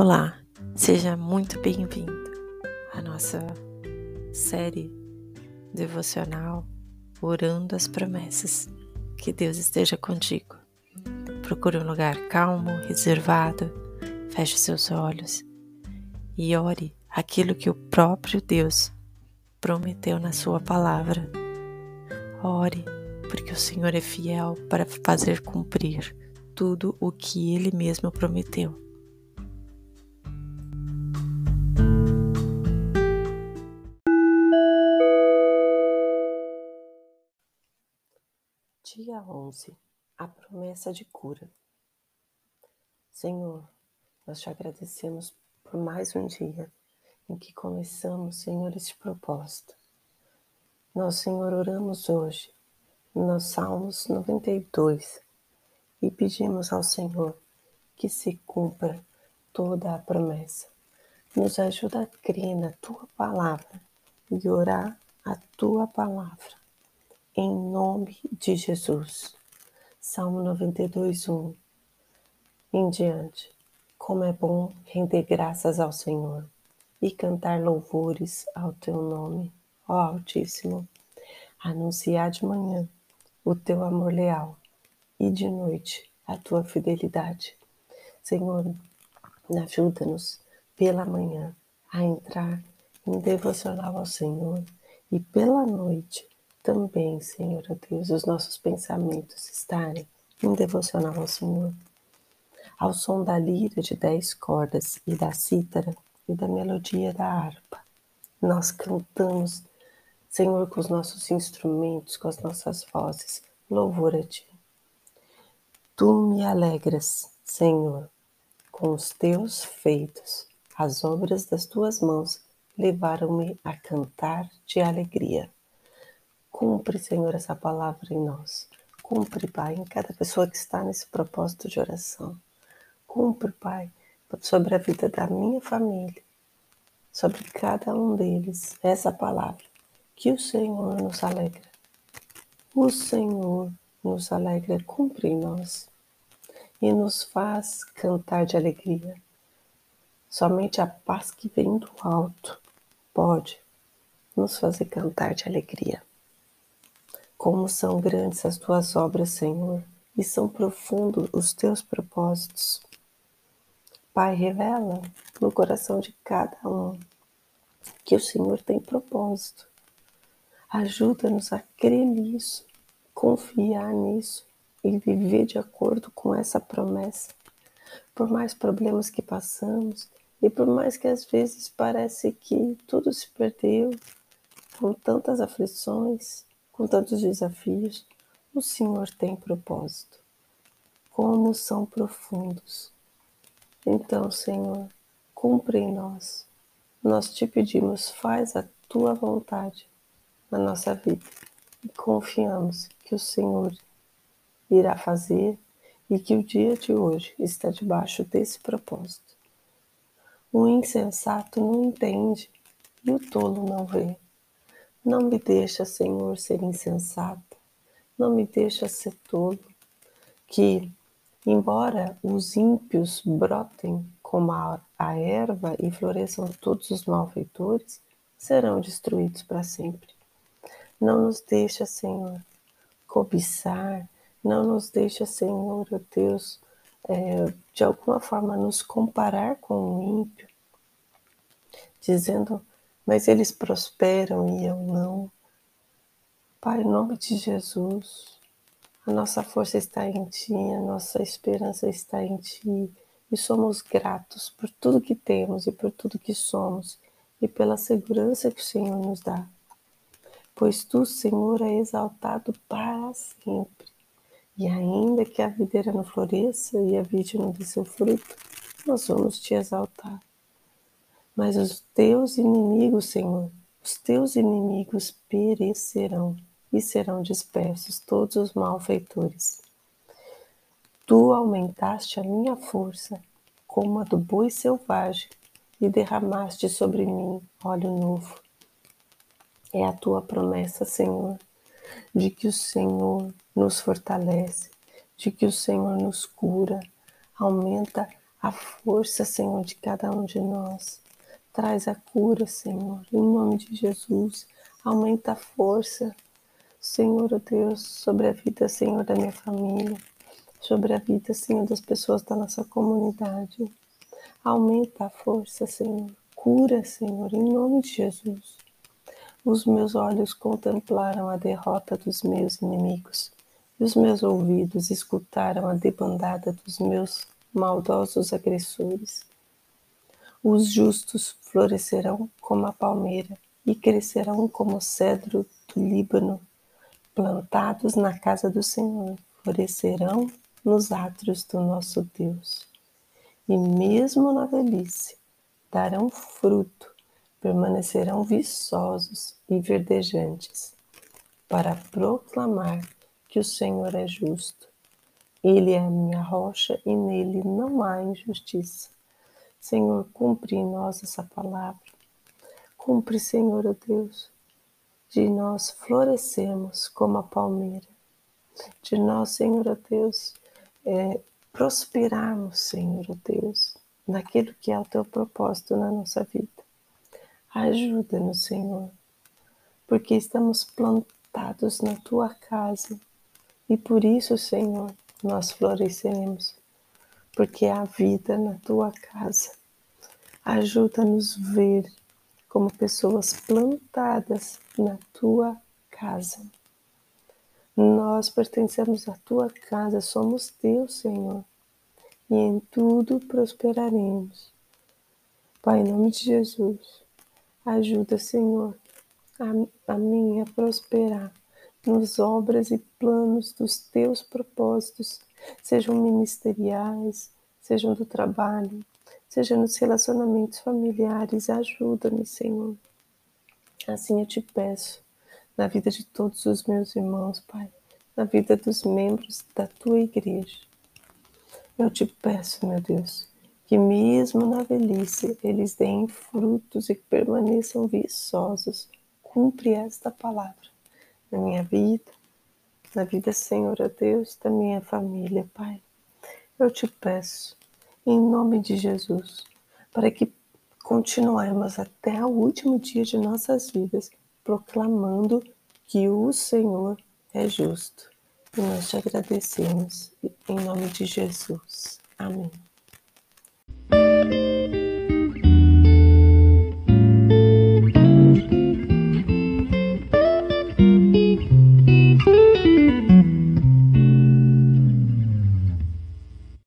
Olá, seja muito bem-vindo à nossa série devocional Orando as Promessas. Que Deus esteja contigo. Procure um lugar calmo, reservado, feche seus olhos e ore aquilo que o próprio Deus prometeu na sua palavra. Ore, porque o Senhor é fiel para fazer cumprir tudo o que Ele mesmo prometeu. Dia 11. A promessa de cura. Senhor, nós te agradecemos por mais um dia em que começamos, Senhor, esse propósito. Nós, Senhor, oramos hoje nos Salmos 92 e pedimos ao Senhor que se cumpra toda a promessa. Nos ajuda a crer na Tua Palavra e orar a Tua Palavra. Em nome de Jesus. Salmo 92, 1 em diante. Como é bom render graças ao Senhor e cantar louvores ao Teu nome, ó Altíssimo. Anunciar de manhã o Teu amor leal e de noite a Tua fidelidade. Senhor, ajuda-nos pela manhã a entrar em devocional ao Senhor e pela noite também, Senhor, ó Deus, os nossos pensamentos estarem em devocional ao Senhor. Ao som da lira de 10 cordas e da cítara e da melodia da harpa, nós cantamos, Senhor, com os nossos instrumentos, com as nossas vozes, louvor a Ti. Tu me alegras, Senhor, com os Teus feitos. As obras das Tuas mãos levaram-me a cantar de alegria. Cumpre, Senhor, essa palavra em nós. Cumpre, Pai, em cada pessoa que está nesse propósito de oração. Cumpre, Pai, sobre a vida da minha família, sobre cada um deles, essa palavra. Que o Senhor nos alegra. O Senhor nos alegra, cumpre em nós e nos faz cantar de alegria. Somente a paz que vem do alto pode nos fazer cantar de alegria. Como são grandes as Tuas obras, Senhor, e são profundos os Teus propósitos. Pai, revela no coração de cada um que o Senhor tem propósito. Ajuda-nos a crer nisso, confiar nisso e viver de acordo com essa promessa. Por mais problemas que passamos e por mais que às vezes parece que tudo se perdeu, com tantas aflições, com tantos desafios, o Senhor tem propósito. Como são profundos. Então, Senhor, cumpre em nós. Nós te pedimos, faz a Tua vontade na nossa vida. E confiamos que o Senhor irá fazer e que o dia de hoje está debaixo desse propósito. O insensato não entende e o tolo não vê. Não me deixa, Senhor, ser insensato. Não me deixa ser tolo. Que, embora os ímpios brotem como a erva e floresçam todos os malfeitores, serão destruídos para sempre. Não nos deixa, Senhor, cobiçar, não nos deixa, Senhor, ó Deus, de alguma forma nos comparar com o ímpio, dizendo, mas eles prosperam e eu não. Pai, em nome de Jesus, a nossa força está em Ti, a nossa esperança está em Ti, e somos gratos por tudo que temos e por tudo que somos, e pela segurança que o Senhor nos dá. Pois Tu, Senhor, é exaltado para sempre. E ainda que a videira não floresça e a vide não dê seu fruto, nós vamos Te exaltar. Mas os Teus inimigos, Senhor, os Teus inimigos perecerão e serão dispersos todos os malfeitores. Tu aumentaste a minha força como a do boi selvagem e derramaste sobre mim óleo novo. É a Tua promessa, Senhor, de que o Senhor nos fortalece, de que o Senhor nos cura, aumenta a força, Senhor, de cada um de nós. Traz a cura, Senhor, em nome de Jesus. Aumenta a força, Senhor, ó Deus, sobre a vida, Senhor, da minha família, sobre a vida, Senhor, das pessoas da nossa comunidade. Aumenta a força, Senhor. Cura, Senhor, em nome de Jesus. Os meus olhos contemplaram a derrota dos meus inimigos, e os meus ouvidos escutaram a debandada dos meus maldosos agressores. Os justos florescerão como a palmeira e crescerão como o cedro do Líbano, plantados na casa do Senhor, florescerão nos átrios do nosso Deus. E mesmo na velhice darão fruto, permanecerão viçosos e verdejantes, para proclamar que o Senhor é justo. Ele é a minha rocha e nele não há injustiça. Senhor, cumpre em nós essa palavra. Cumpre, Senhor, ó Deus, de nós florescermos como a palmeira. De nós, Senhor, ó Deus, prosperarmos, Senhor, ó Deus, naquilo que é o teu propósito na nossa vida. Ajuda-nos, Senhor, porque estamos plantados na tua casa e por isso, Senhor, nós floresceremos, porque há vida na tua casa. Ajuda-nos a ver como pessoas plantadas na tua casa. Nós pertencemos à tua casa, somos teus, Senhor, e em tudo prosperaremos. Pai, em nome de Jesus, ajuda, Senhor, a mim a prosperar nas obras e planos dos teus propósitos, sejam ministeriais, sejam do trabalho, sejam nos relacionamentos familiares. Ajuda-me, Senhor. Assim eu te peço, na vida de todos os meus irmãos, Pai, na vida dos membros da tua igreja. Eu te peço, meu Deus, que mesmo na velhice eles deem frutos e permaneçam viçosos. Cumpre esta palavra na minha vida, na vida, Senhor, ó Deus, da minha família, Pai. Eu te peço, em nome de Jesus, para que continuemos até o último dia de nossas vidas, proclamando que o Senhor é justo. E nós te agradecemos, em nome de Jesus. Amém.